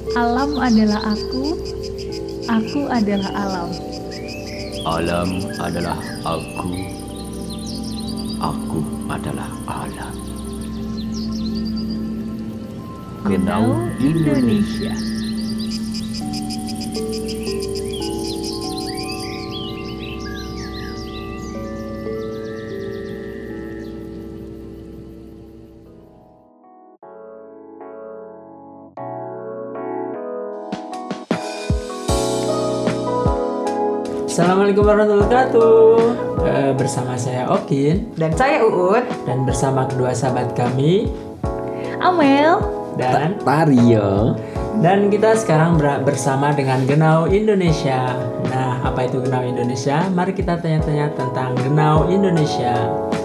Alam adalah aku adalah alam. Alam adalah aku adalah alam. Genau Indonesia. Assalamualaikum warahmatullahi wabarakatuh. Bersama saya Okin Dan saya Uut. dan bersama kedua sahabat kami Amel. dan Tario. dan kita sekarang bersama dengan Genau Indonesia. Nah, apa itu Genau Indonesia? Mari kita tanya-tanya tentang Genau Indonesia.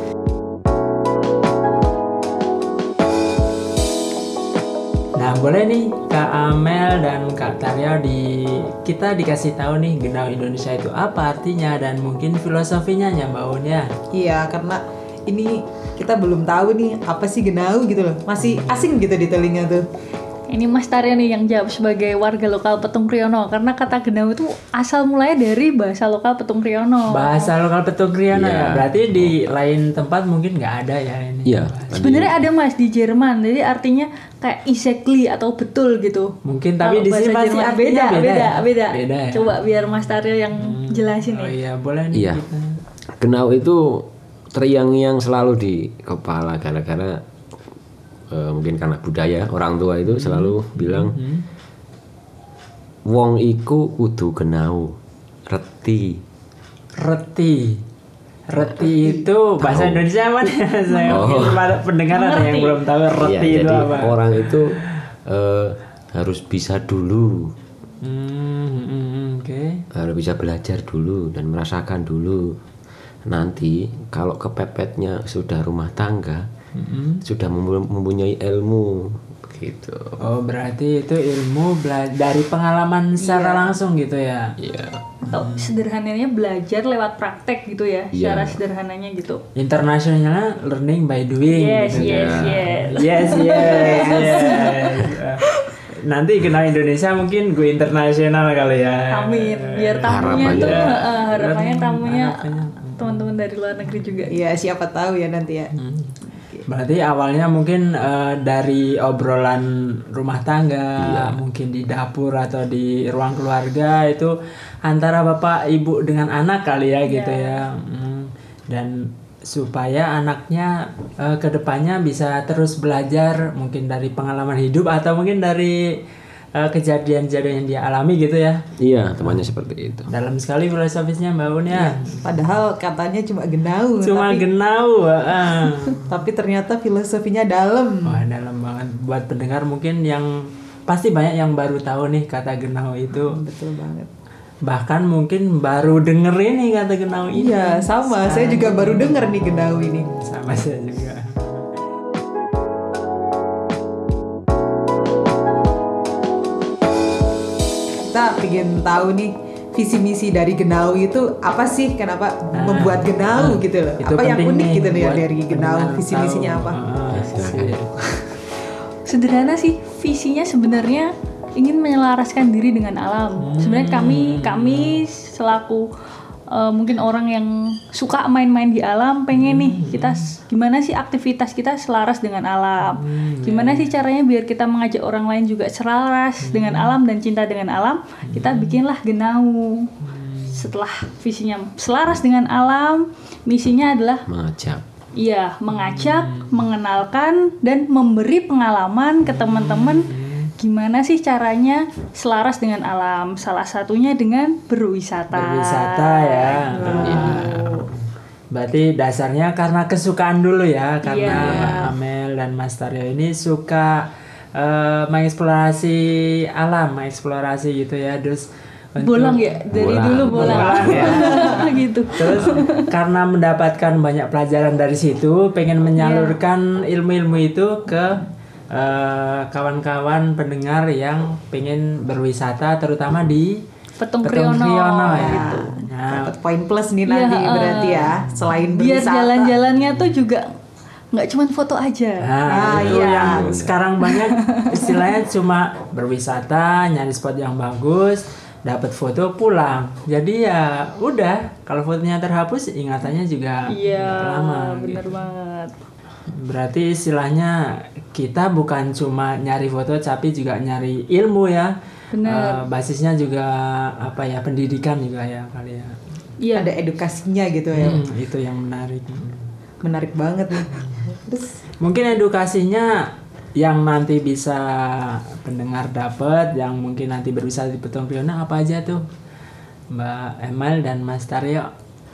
Nah, boleh nih Kak Amel dan Kak Tario kita dikasih tahu nih Genau Indonesia itu apa artinya dan mungkin filosofinya ya Mbak Un ya. Iya, karena ini kita belum tahu nih apa sih Genau gitu loh. Masih asing gitu di telinga tuh. Ini Mas Tarya nih yang jawab sebagai warga lokal Petung Kriono, karena kata Genau itu asal mulanya dari bahasa lokal Petung Kriono. Bahasa lokal Petung Kriono Iya. ya. Berarti di lain tempat mungkin nggak ada ya ini. Iya. Sebenarnya ada Mas di Jerman, jadi artinya kayak exactly atau betul gitu. Mungkin tapi Kalau di sini bahasa pasti Jerman artinya beda. Beda ya? Coba biar Mas Tarya yang jelasin Oh nih. iya, boleh nih Iya. kita. Genau itu terngiang-ngiang selalu di kepala gara-gara mungkin karena budaya orang tua itu selalu bilang wong iku kudu genau reti. Reti itu bahasa Indonesia apa nih? Saya mungkin para pendengar ada yang belum tahu Iya, reti itu jadi apa. orang itu harus bisa dulu, Oke. harus bisa belajar dulu dan merasakan dulu. Nanti kalau kepepetnya sudah rumah tangga, sudah mempunyai ilmu gitu. Oh, berarti itu ilmu dari pengalaman secara langsung gitu ya. Iya. Atau sederhananya belajar lewat praktek gitu ya, Iya. secara sederhananya gitu. Internasionalnya learning by doing Yes, gitu. yes. Yes. Nanti kenal Indonesia mungkin gue internasional kali ya. Amin. Biar tamunya Harapannya. tuh harapannya tamunya Harapannya. teman-teman dari luar negeri juga. Iya, siapa tahu ya nanti ya. Berarti awalnya mungkin dari obrolan rumah tangga, Iya. mungkin di dapur atau di ruang keluarga itu antara bapak ibu dengan anak kali ya gitu ya. Dan supaya anaknya kedepannya bisa terus belajar mungkin dari pengalaman hidup atau mungkin dari kejadian-kejadian yang dia alami gitu ya. Iya, temannya seperti itu. Dalam sekali filosofisnya Mbak Un ya. Padahal katanya cuma Genau, Cuma tapi, genau. tapi ternyata filosofinya dalam. Wah, dalam banget buat pendengar mungkin yang pasti banyak yang baru tahu nih kata genau itu. Betul banget. Bahkan mungkin baru denger ini kata genau ini. Iya, sama. Saya juga baru denger nih Genau ini. Sama saya juga. Kita pengen tahu nih visi misi dari Genau itu apa sih? Kenapa membuat Genau gitu loh? Itu Apa yang penting unik nih gitu nih ya buat dari Genau? pendengar Visi tahu. misinya apa? Sederhana sih, visinya sebenarnya ingin menyelaraskan diri dengan alam. Sebenarnya kami selaku mungkin orang yang suka main-main di alam, pengen nih kita gimana sih aktivitas kita selaras dengan alam. Gimana sih caranya biar kita mengajak orang lain juga selaras dengan alam dan cinta dengan alam. Kita bikinlah Genau. Setelah visinya selaras dengan alam, misinya adalah Mengajak. iya, mengajak, mengenalkan, dan memberi pengalaman ke teman-teman gimana sih caranya selaras dengan alam. Salah satunya dengan berwisata. Berwisata ya. Berarti dasarnya karena kesukaan dulu ya, karena Iya. Mbak Amel dan Mas Taryo ini suka mengeksplorasi alam, mengeksplorasi gitu ya. Terus untuk- Bolang ya, dari Bolang. dulu bolang. Bolang ya. Gitu. Terus karena mendapatkan banyak pelajaran dari situ, pengen menyalurkan ilmu-ilmu itu ke kawan-kawan pendengar yang pengen berwisata, terutama di Petung Petung Kriono, Kriono ya. gitu. Nah, Dapat poin plus nih Iya, nanti berarti ya. Selain Biar berwisata. jalan-jalannya tuh juga nggak cuma foto aja. Nah, itu iya. yang sekarang banyak istilahnya cuma berwisata, nyari spot yang bagus, dapat foto pulang. Jadi ya udah, kalau fotonya terhapus ingatannya juga Iya, lama. bener gitu. banget. Berarti istilahnya kita bukan cuma nyari foto tapi juga nyari ilmu ya. Bener. Basisnya juga apa ya, pendidikan juga ya kali ya. Iya. Ada edukasinya gitu ya. Itu yang menarik. Menarik banget nih. Terus Mungkin edukasinya yang nanti bisa pendengar dapat, yang mungkin nanti berwisata di Petung Kriono apa aja tuh, Mbak Emel dan Mas Taryo?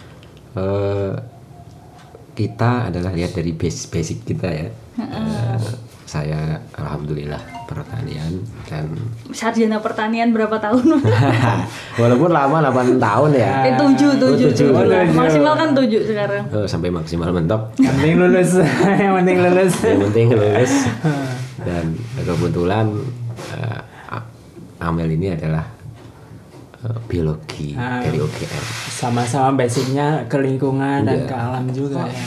Kita adalah lihat dari basic kita ya. Saya alhamdulillah pertanian dan Sarjana pertanian berapa tahun? walaupun lama 8 tahun ya. 7. tujuh. Maksimal kan 7 sekarang. Sampai maksimal mentok. Yang penting lulus, yang penting lulus. Yang penting lulus. Dan kebetulan Amel ini adalah biologi dari UGM. Sama-sama basicnya ke lingkungan dan Iya. ke alam juga ya.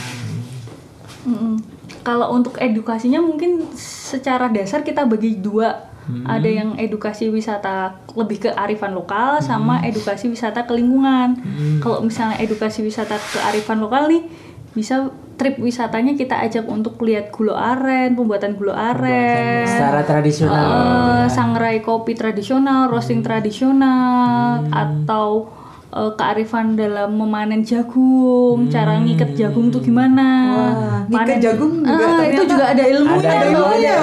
Kalau untuk edukasinya mungkin secara dasar kita bagi 2. Ada yang edukasi wisata lebih ke arifan lokal sama edukasi wisata ke lingkungan. Kalau misalnya edukasi wisata ke arifan lokal nih, bisa trip wisatanya kita ajak untuk lihat gula aren, pembuatan gula aren, Secara tradisional. sangrai kopi tradisional, roasting tradisional, atau kearifan dalam memanen jagung, cara ngikat jagung tuh gimana? ngikat jagung juga itu ternyata juga ada ilmunya. ada loh. ilmunya.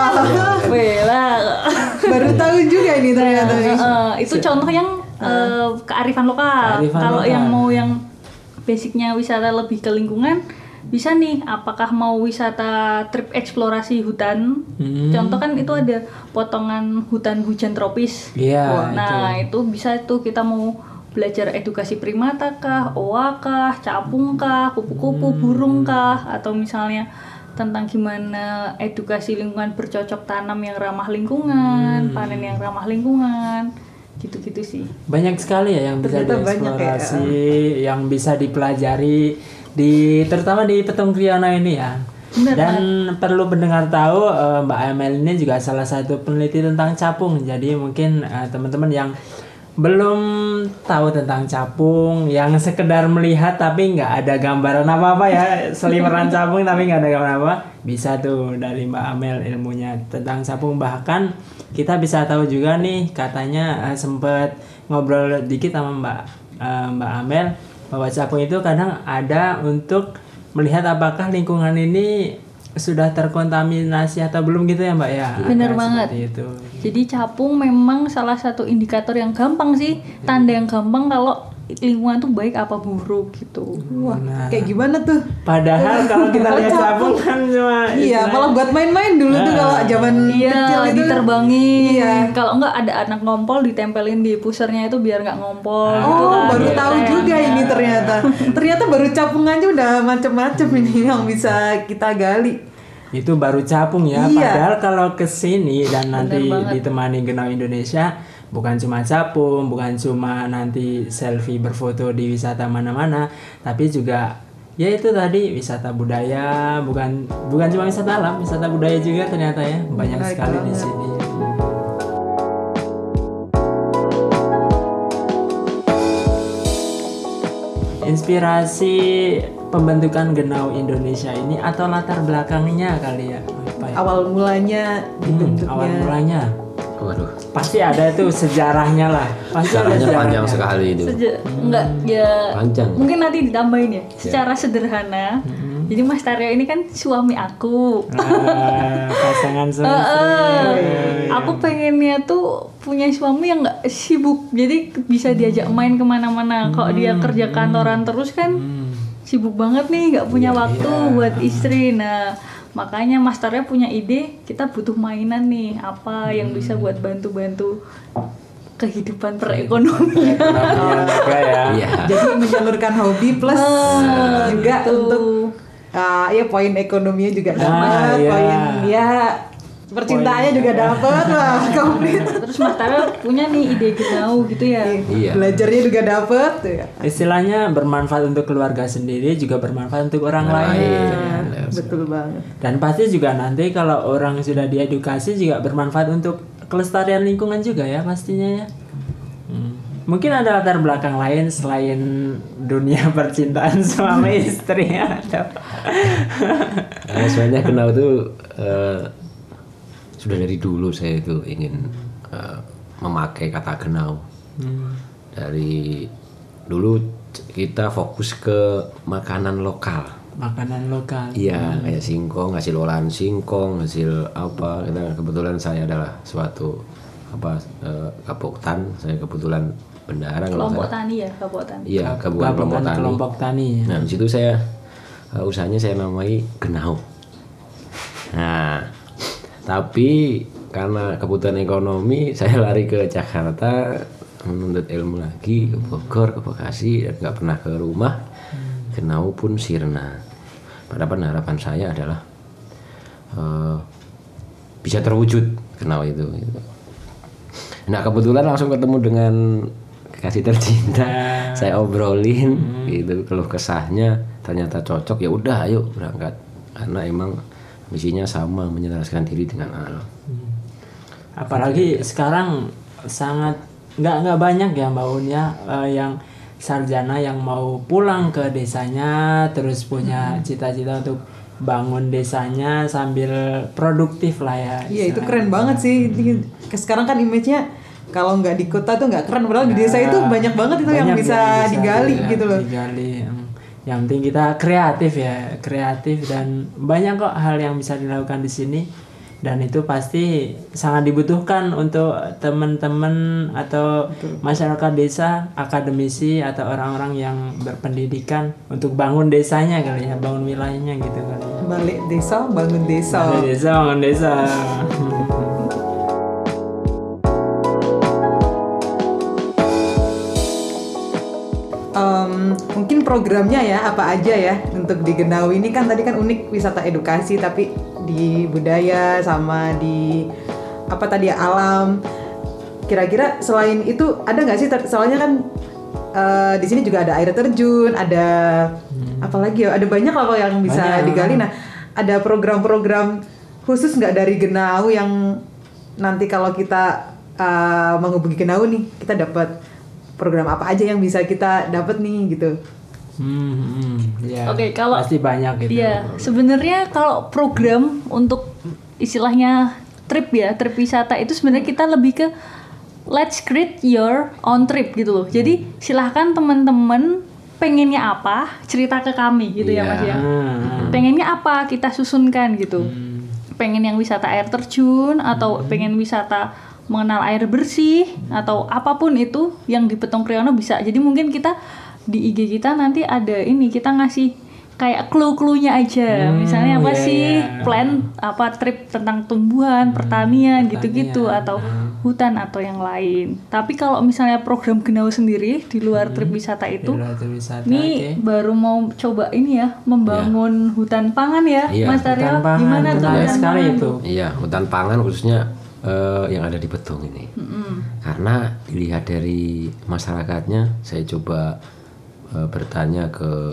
Bela. baru tahu juga ini ternyata. Itu contoh yang kearifan lokal. Kearifan Kalau lokal. yang mau yang basicnya wisata lebih ke lingkungan, bisa nih apakah mau wisata trip eksplorasi hutan. Contoh kan itu ada potongan hutan hujan tropis. Iya, Nah itu bisa tuh kita mau belajar edukasi primata kah, oa kah, capung kah, kupu-kupu, burung kah, atau misalnya tentang gimana edukasi lingkungan bercocok tanam yang ramah lingkungan, panen yang ramah lingkungan, gitu-gitu sih. banyak sekali ya yang bisa Ternyata banyak ya. dieksplorasi, yang bisa dipelajari terutama di Petung Kriono ini ya. Dan perlu pendengar tahu, Mbak Emel ini juga salah satu peneliti tentang capung. Jadi mungkin teman-teman yang belum tahu tentang capung, yang sekedar melihat tapi nggak ada gambaran apa-apa ya, seliweran capung tapi nggak ada gambaran apa, bisa tuh dari Mbak Amel ilmunya tentang capung. Bahkan kita bisa tahu juga nih, katanya sempet ngobrol dikit sama Mbak Amel bahwa capung itu kadang ada untuk melihat apakah lingkungan ini sudah terkontaminasi atau belum gitu ya Mbak ya. Bener Ada banget. seperti itu. Jadi capung memang salah satu indikator yang gampang sih, tanda yang gampang kalau lingkungan tuh baik apa buruk gitu. Wah, kayak gimana tuh? Padahal kalau kita lihat capung kan cuma Iya, malah buat main-main dulu tuh kalau zaman Iya, kecil itu. diterbangin. Iya. Kalau enggak ada anak ngompol ditempelin di pusernya itu biar nggak ngompol gitu Oh, kan. baru Iya. tahu juga ini ternyata. Ternyata baru capung aja udah macem-macem ini yang bisa kita gali. itu baru capung ya. Iya. Padahal kalau kesini dan nanti banget. ditemani Genau Indonesia, bukan cuma capung, bukan cuma nanti selfie berfoto di wisata mana-mana, tapi juga ya itu tadi wisata budaya, bukan cuma wisata alam, wisata budaya juga ternyata ya, banyak Menarik sekali di banget. sini. Inspirasi pembentukan Genau Indonesia ini atau latar belakangnya kali ya, apa ya? Awal mulanya dibentuknya. Awal mulanya Waduh, pasti ada tuh sejarahnya lah, pasti ada sejarahnya panjang sejarahnya. sekali itu. Enggak ya Panjang. mungkin nanti ditambahin ya secara sederhana. Jadi Mas Taryo ini kan suami aku. Pasangan suami. Aku pengennya tuh punya suami yang nggak sibuk, jadi bisa diajak main kemana-mana. Kalau dia kerja kantoran terus kan sibuk banget nih, nggak punya waktu buat istri. Nah makanya Mas Taryo punya ide, kita butuh mainan nih, apa yang bisa buat bantu-bantu kehidupan perekonomian. juga ya. Iya. Jadi menyalurkan hobi plus juga gitu. untuk ya poin ekonominya juga dapat, iya. poin ya Percintaannya juga dapet lah, komplit. Terus Mas Tara punya nih ide Genau gitu ya. Iya. Belajarnya juga dapet tuh ya. Istilahnya bermanfaat untuk keluarga sendiri juga bermanfaat untuk orang lain. Betul banget. Dan pasti juga nanti kalau orang sudah diedukasi juga bermanfaat untuk kelestarian lingkungan juga ya pastinya ya. Mungkin ada latar belakang lain selain dunia percintaan suami istri atau Sebenarnya Genau itu sudah dari dulu saya itu ingin memakai kata Genau. Dari dulu kita fokus ke makanan lokal. makanan lokal. Iya, kayak singkong, hasil olahan singkong, hasil apa. Kebetulan saya adalah suatu kapoktan. Saya kebetulan bendahara Kelompok tani ya, kelompok tani. Iya, gabungan Kelompok tani. Nah, di situ saya usahanya saya namai Genau. Nah, tapi karena kebutuhan ekonomi saya lari ke Jakarta menuntut ilmu lagi, ke Bogor, ke Bekasi, dan nggak pernah ke rumah. Genau pun sirna. Padahal harapan saya adalah bisa terwujud Genau itu. Nah, kebetulan langsung ketemu dengan kekasih tercinta. Saya obrolin gitu keluh kesahnya, ternyata cocok, ya udah ayo berangkat. Karena emang misinya sama, menyelaraskan diri dengan alam. Apalagi sekarang sangat nggak banyak ya Mbak Un ya yang sarjana yang mau pulang ke desanya terus punya cita-cita untuk bangun desanya sambil produktif lah ya. Iya, itu keren banget sih. Sekarang kan image-nya kalau nggak di kota tuh nggak keren, padahal di desa itu banyak banget itu yang bisa digali gitu loh. Digali. Yang penting kita kreatif dan banyak kok hal yang bisa dilakukan di sini, dan itu pasti sangat dibutuhkan untuk teman-teman atau masyarakat desa, akademisi atau orang-orang yang berpendidikan untuk bangun desanya kali ya, bangun wilayahnya gitu kali ya. Balik desa, bangun desa. Bangun desa. Mungkin programnya ya apa aja ya untuk di Genau ini, kan tadi kan unik wisata edukasi tapi di budaya sama di apa tadi ya, alam. Kira-kira selain itu ada nggak sih, soalnya kan di sini juga ada air terjun, ada apa lagi ya, ada banyak lah yang bisa digali. Nah, ada program-program khusus nggak dari Genau yang nanti kalau kita menghubungi Genau nih, kita dapat program apa aja yang bisa kita dapat nih gitu. Ya, Oke, kalau pasti banyak gitu. Iya, sebenarnya kalau program untuk istilahnya trip wisata itu sebenarnya kita lebih ke let's create your own trip gitu loh. Jadi silahkan teman-teman pengennya apa, cerita ke kami gitu ya Mas ya. Pengennya apa, kita susunkan gitu. Pengen yang wisata air terjun atau pengen wisata mengenal air bersih atau apapun itu yang di Petung Kriono bisa. Jadi mungkin kita di IG kita nanti ada ini, kita ngasih kayak clue-cluenya aja. Misalnya apa plan apa trip tentang tumbuhan, pertanian gitu-gitu atau hutan atau yang lain. Tapi kalau misalnya program Genau sendiri di luar trip wisata itu, ini baru mau coba ini ya, membangun hutan pangan ya, Mas Taryo. Gimana tuh hutan sekali pangan itu? Iya, hutan pangan khususnya yang ada di Petung ini. Karena dilihat dari masyarakatnya, saya coba bertanya ke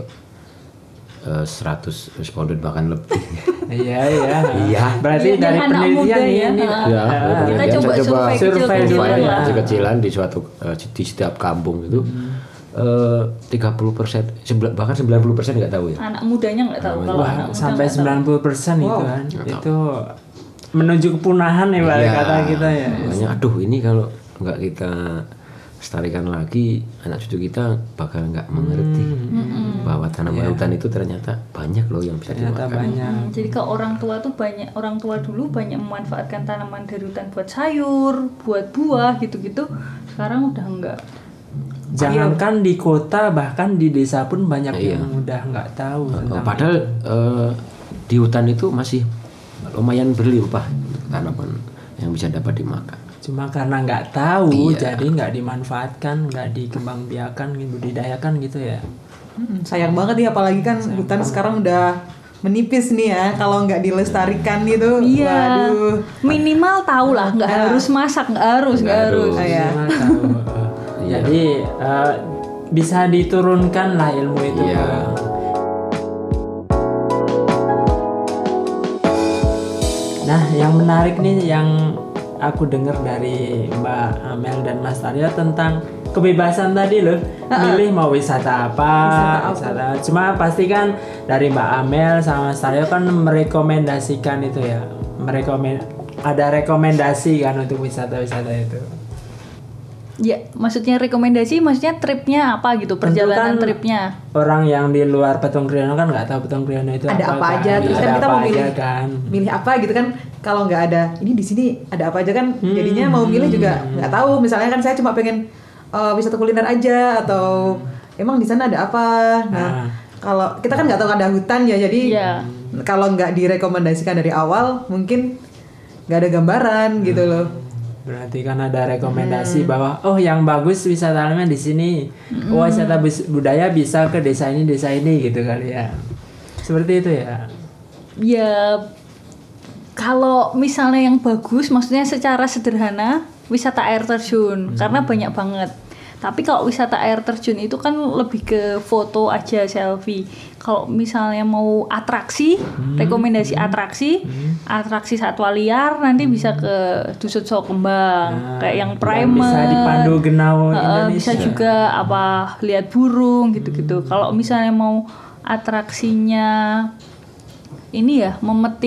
100 responden bahkan lebih. Iya. Berarti dari penelitian ini. Kita coba survei kecil-kecilan di di setiap kampung itu 30%, bahkan 90% nggak tahu ya. Anak mudanya nggak tahu. Kalau anak muda sampai 90% itu kan. Itu menuju kepunahan ya kata kita ya. Makanya aduh, ini kalau nggak kita lestarikan lagi, anak cucu kita bakal nggak mengerti bahwa tanaman hutan itu ternyata banyak loh yang bisa dimakan. Jadi ke orang tua tuh banyak, orang tua dulu banyak memanfaatkan tanaman dari hutan buat sayur, buat buah gitu-gitu. Sekarang udah enggak. Jangankan di kota, bahkan di desa pun banyak yang udah nggak tahu. Padahal di hutan itu masih lumayan berlimpah tanaman yang bisa dapat dimakan. Cuma karena nggak tahu, jadi nggak dimanfaatkan, nggak dikembangbiakan, budidayakan gitu ya. Sayang banget ya, apalagi kan hutan sekarang udah menipis nih ya kalau nggak dilestarikan itu. Iya. Waduh. Minimal tahu lah, nggak harus masak, nggak harus. Oh, ya. Minimal tahu. Jadi bisa diturunkan lah ilmu itu. Iya. Nah, yang menarik nih yang aku dengar dari Mbak Amel dan Mas Taryo tentang kebebasan tadi loh. Milih mau wisata apa. Cuma pasti kan dari Mbak Amel sama Mas Taryo kan merekomendasikan itu ya. Ada rekomendasi kan untuk wisata-wisata itu. Ya, maksudnya rekomendasi, maksudnya tripnya apa gitu, perjalanan kan tripnya. Orang yang di luar Petung Kriono kan nggak tahu Petung Kriono itu Ada apa kan. aja, terus kan Ada kita apa mau aja milih kan. milih apa gitu kan, kalau nggak ada ini di sini ada apa aja kan, jadinya mau milih juga nggak tahu. Misalnya kan saya cuma pengen wisata kuliner aja, atau emang di sana ada apa. Nah, kalau kita kan nggak tahu ada hutan ya, jadi Iya. kalau nggak direkomendasikan dari awal mungkin nggak ada gambaran gitu loh. Berarti kan ada rekomendasi bahwa oh yang bagus wisata alamnya di sini. Oh, wisata budaya bisa ke desa ini gitu kali ya. Seperti itu ya. Ya, kalau misalnya yang bagus, maksudnya secara sederhana wisata air terjun, karena banyak banget. Tapi kalau wisata air terjun itu kan lebih ke foto aja, selfie. Kalau misalnya mau atraksi, rekomendasi atraksi satwa liar, nanti bisa ke Dusun Sokembang, kayak yang primer. Bisa dipandu Genau Indonesia. Bisa juga apa lihat burung gitu-gitu. Kalau misalnya mau atraksinya ini ya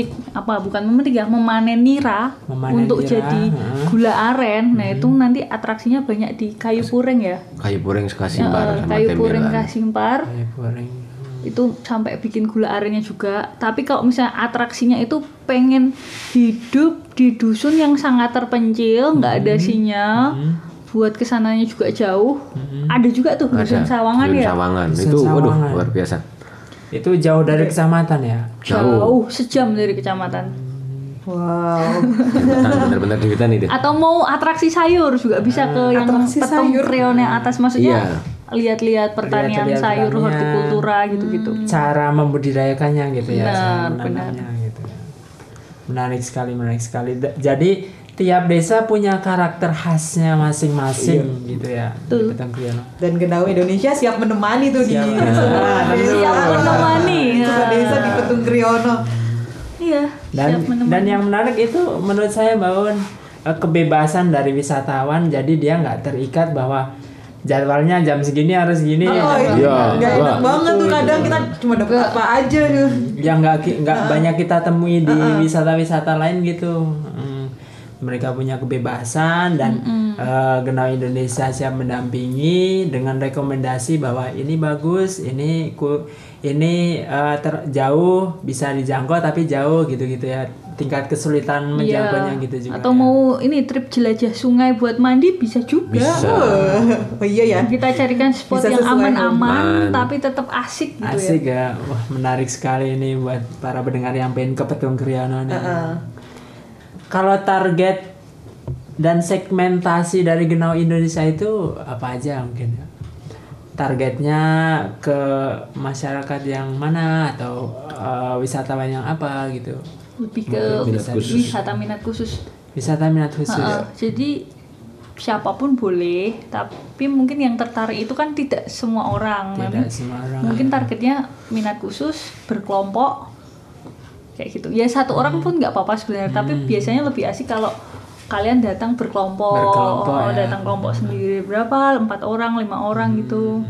memanen nira untuk jadi gula aren. Nah, itu nanti atraksinya banyak di Kayu Puring ya. Kayu Puring Kasimbar sama Kayu Puring Tembelan. Kasimbar. Kayak goreng. Itu sampai bikin gula arennya juga. Tapi kalau misalnya atraksinya itu pengen hidup di dusun yang sangat terpencil, nggak ada sinyal, buat kesananya juga jauh. Ada juga tuh dusun Sawangan Dusun ya. Sawangan. Dusun Itu waduh Sawangan. luar biasa. Itu jauh dari kecamatan ya. Jauh, sejam dari kecamatan. Wow. Bener-bener di hutan itu. Atau mau atraksi sayur juga bisa ke yang Atraksi Petung sayur. Krion yang atas, maksudnya Iya. lihat-lihat pertanian Lihat-lihat sayur, pertanian. hortikultura gitu-gitu. Cara membudidayakannya gitu ya. Cara Benar, menanamnya gitu ya. Menarik sekali. Jadi tiap desa punya karakter khasnya masing-masing gitu ya. Di Petung Kriono. Dan Genau Indonesia siap menemani tuh di Siap. semua desa. Siap menemani. Semua desa di Petung Kriono. Iya, siap menemani. Dan yang menarik itu menurut saya bahwa kebebasan dari wisatawan, jadi dia nggak terikat bahwa jadwalnya jam segini harus gini. Oh, Yang itu Iya. nggak enak Wah. banget tuh, kadang kita cuma dapat apa aja tuh. nggak banyak kita temui di wisata-wisata lain gitu. Mereka punya kebebasan dan Genau Indonesia siap mendampingi dengan rekomendasi bahwa ini bagus, ini jauh bisa dijangkau tapi jauh gitu-gitu ya. Tingkat kesulitan menjangkaunya gitu juga. Atau mau ini trip jelajah sungai buat mandi bisa juga. Bisa. Oh iya ya. Kita carikan spot Bisa yang sesuai aman-aman tapi tetap asik gitu ya. Asik ya. Wah, menarik sekali ini buat para pendengar yang pengen ke Petung Kriono nih. Kalau target dan segmentasi dari Genau Indonesia itu apa aja mungkin ya? Targetnya ke masyarakat yang mana atau wisatawan yang apa gitu? Lebih ke Minat khusus. wisata minat khusus. Wisata minat khusus. Jadi siapapun boleh, tapi mungkin yang tertarik itu kan tidak semua orang. Tidak semua orang. Mungkin targetnya minat khusus berkelompok kayak gitu. Ya satu orang pun nggak apa-apa sebenarnya, tapi biasanya lebih asik kalau kalian datang berkelompok, ya. datang kelompok sendiri berapa, 4 orang, 5 orang gitu.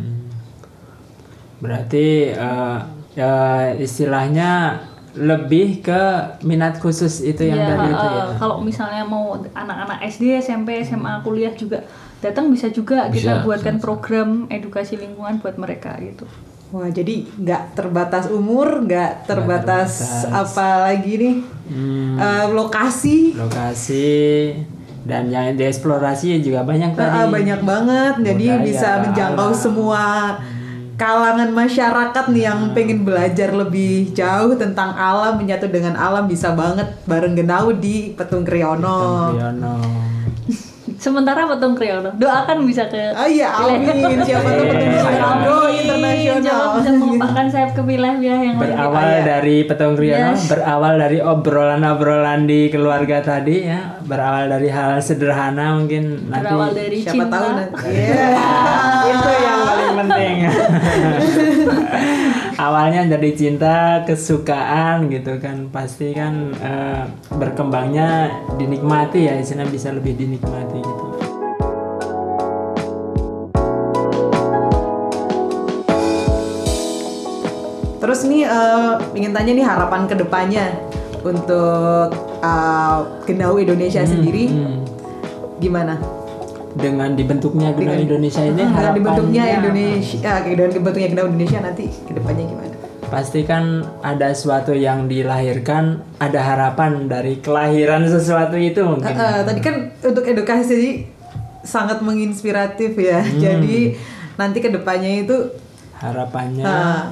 Berarti istilahnya lebih ke minat khusus itu yang Ya, dari itu ya. kalau misalnya mau anak-anak SD, SMP, SMA, kuliah juga datang bisa juga kita Bisa, buatkan program edukasi lingkungan buat mereka gitu. Wah, jadi nggak terbatas umur, nggak terbatas apa lagi nih, lokasi. Lokasi dan yang dieksplorasi juga banyak tadi. Banyak banget, jadi Budaya, bisa menjangkau alam. semua kalangan masyarakat nih yang pengen belajar lebih jauh tentang alam, menyatu dengan alam, bisa banget bareng Genau di Petung Kriono. Kriono. Sementara Petung Kriono doakan bisa ke Oh iya, amin. Siapa tuh Petung Kriono internasional. Siapa bisa mengembangkan sayap ke wilayah-wilayah yang lain. Berawal dari Petung Kriono, Yes. berawal dari obrolan-obrolan di keluarga tadi ya, berawal dari hal sederhana mungkin nanti Berawal dari Siapa cinta. tahu nanti. Iya. itu yang paling penting. Awalnya dari cinta, kesukaan gitu kan, pasti kan berkembangnya dinikmati ya, istilahnya bisa lebih dinikmati gitu. Terus nih ingin tanya nih harapan kedepannya untuk Genau Indonesia sendiri gimana? Dengan dibentuknya Genau Indonesia ini Dengan harapannya dibentuknya Indonesia, dengan dibentuknya Genau Indonesia nanti kedepannya gimana? pasti kan ada sesuatu yang dilahirkan, ada harapan dari kelahiran sesuatu itu mungkin. Tadi kan untuk edukasi sangat menginspiratif ya. Jadi nanti kedepannya itu Harapannya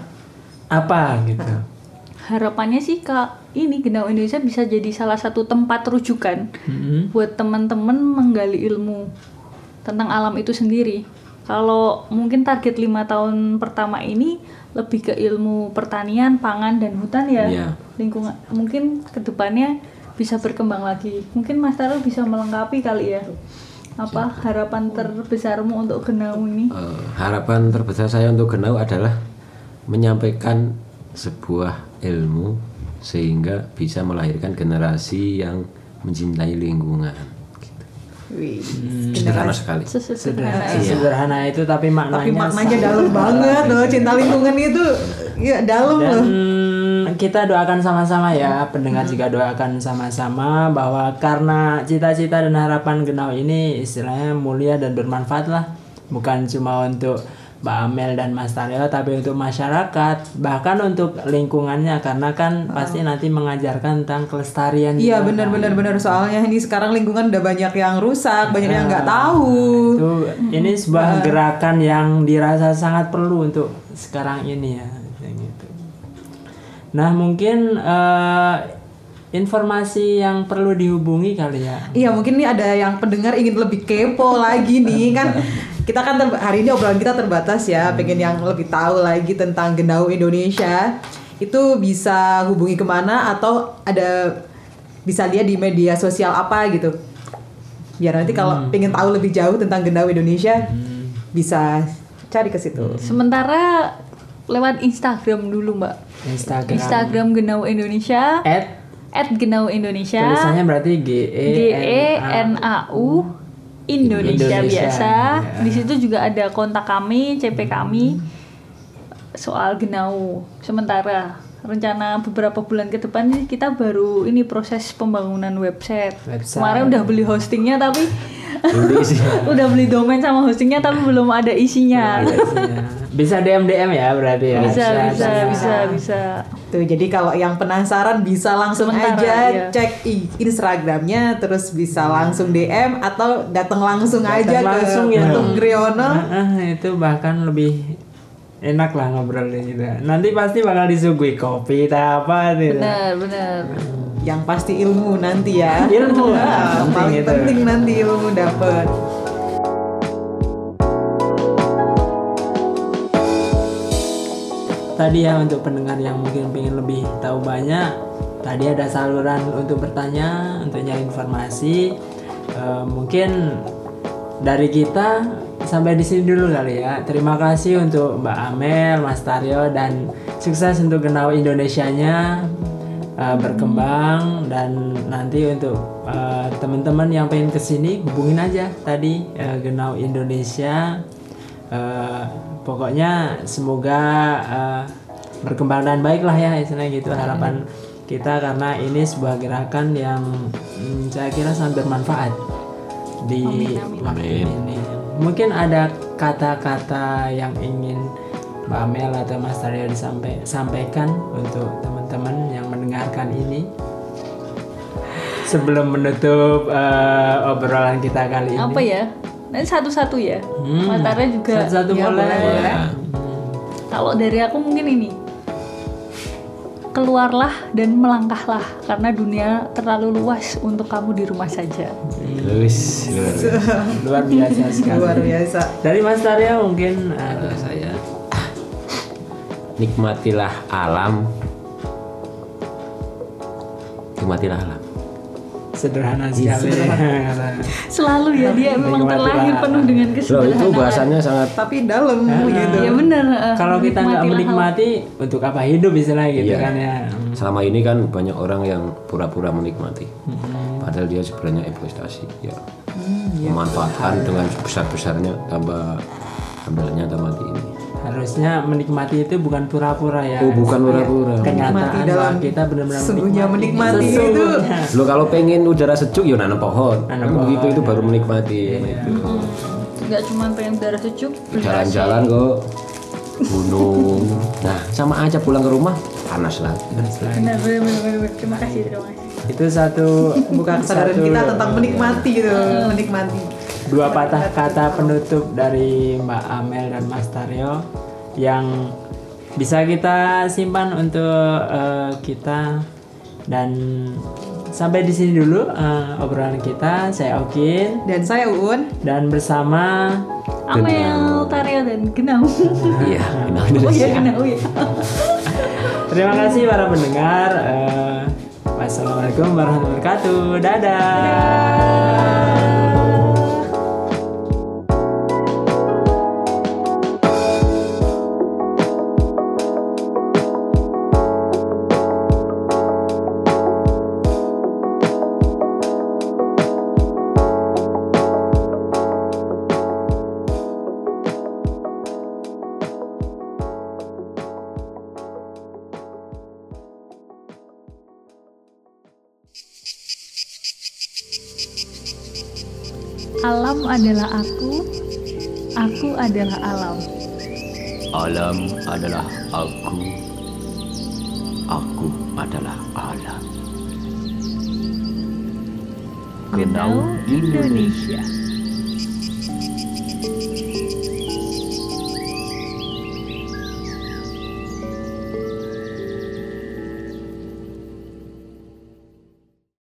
apa gitu. Harapannya sih Kak, ini Genau Indonesia bisa jadi salah satu tempat rujukan buat teman-teman menggali ilmu tentang alam itu sendiri. Kalau mungkin target 5 tahun pertama ini lebih ke ilmu pertanian, pangan dan hutan ya. Iya. Lingkungan. Mungkin kedepannya bisa berkembang lagi. Mungkin Mas Taro bisa melengkapi kali ya. Apa harapan terbesarmu untuk Genau ini? Harapan terbesar saya untuk Genau adalah menyampaikan sebuah ilmu sehingga bisa melahirkan generasi yang mencintai lingkungan. wih, Sederhana sekali. Sederhana itu tapi maknanya tapi maknanya dalam banget loh. Cinta lingkungan itu ya dalam dan loh. kita doakan sama-sama ya, pendengar juga doakan sama-sama bahwa karena cita-cita dan harapan Genau ini istilahnya mulia dan bermanfaat lah, bukan cuma untuk Mbak Amel dan Mas Taryo tapi untuk masyarakat, bahkan untuk lingkungannya, karena kan pasti nanti mengajarkan tentang kelestarian. Iya juga, benar kan. soalnya ini sekarang lingkungan udah banyak yang rusak, banyak yang nggak tahu. Itu ini sebuah gerakan yang dirasa sangat perlu untuk sekarang ini ya, kayak gitu. Nah mungkin informasi yang perlu dihubungi kali ya. Iya mungkin nih ada yang pendengar ingin lebih kepo lagi nih kan. Kita kan hari ini obrolan kita terbatas ya, pengen yang lebih tahu lagi tentang Genau Indonesia. Itu bisa hubungi kemana atau ada bisa lihat di media sosial apa gitu. Biar nanti kalau pengen tahu lebih jauh tentang Genau Indonesia bisa cari ke situ. Sementara lewat Instagram dulu Mbak. Instagram Genau Indonesia. @Genau Indonesia. Tulisannya berarti GENAU Indonesia biasa. Ya. Di situ juga ada kontak kami, CP kami soal Genau. Sementara rencana beberapa bulan ke depan nih kita baru ini proses pembangunan website. Kemarin udah beli hostingnya tapi udah beli domain sama hostingnya tapi belum ada isinya. Bisa DM ya berarti ya. Bisa. Tuh, jadi kalau yang penasaran bisa langsung aja cek Instagramnya, terus bisa langsung DM atau datang langsung aja langsung ke ya. Petung Kriono. Itu bahkan lebih enak lah ngobrolnya gitu. Nanti pasti bakal disuguhi kopi atau apa gitu. Benar. Yang pasti ilmu nanti ya. Ilmu paling penting nanti ilmu dapet. Tadi ya untuk pendengar yang mungkin pengen lebih tahu banyak, tadi ada saluran untuk bertanya, untuk nyari informasi. Mungkin dari kita sampai di sini dulu kali ya. Terima kasih untuk Mbak Amel, Mas Taryo, dan sukses untuk Genau Indonesianya berkembang. Dan nanti untuk teman-teman yang pengen kesini hubungin aja tadi Genau Indonesia. Pokoknya semoga berkembang dan baik lah ya, istilahnya gitu harapan kita, karena ini sebuah gerakan yang saya kira sangat bermanfaat di waktu ini. Mungkin ada kata-kata yang ingin Mbak Amel atau Mas Taryo sampaikan untuk teman-teman yang mendengarkan ini sebelum menutup obrolan kita kali ini. Apa ya? Nanti satu-satu ya. Mas Taryo juga. Satu-satu Ya, boleh. boleh. Kalau dari aku mungkin ini keluarlah dan melangkahlah karena dunia terlalu luas untuk kamu di rumah saja. Wis, Luar biasa sekali. Luar biasa. Dari Mas Taryo mungkin saya nikmatilah alam. Nikmatilah alam. sederhana sekali. Selalu ya dia memang terlahir penuh dengan Loh, kesederhanaan. itu bahasanya sangat Tapi dalam gitu. Ya benar. Kalau kita nggak menikmati, untuk apa hidup istilahnya gitu Iya. kan ya. selama ini kan banyak orang yang pura-pura menikmati. Padahal dia sebenarnya eksploitasi ya. Memanfaatkan dengan sebesar-besarnya tambah ambilnya tambah ini. Harusnya menikmati itu bukan pura-pura ya. Oh, bukan pura-pura. Menikmati Kenyataan dalam bahwa kita benar-benar sesungguhnya menikmati itu. Sesungguhnya. Lo kalau pengen udara sejuk ya nanam pohon. Nanam Begitu pohon, itu baru menikmati. Gitu. Nggak cuma pengen udara sejuk, Jalan-jalan kok gunung. Nah, sama aja pulang ke rumah panas lagi. benar. Terima kasih. Itu satu Bukan kesadaran satu- kita tentang menikmati gitu, menikmati. dua patah kata penutup dari Mbak Amel dan Mas Taryo yang bisa kita simpan untuk kita. Dan sampai di sini dulu obrolan kita. Saya Okin Dan saya Uun. dan bersama Amel, Taryo dan Genau. Iya, benar. Oh iya Genau ya. terima kasih para pendengar. Wassalamualaikum warahmatullahi wabarakatuh. Dadah. Alam adalah aku adalah alam. Alam adalah aku adalah alam. Genau Indonesia.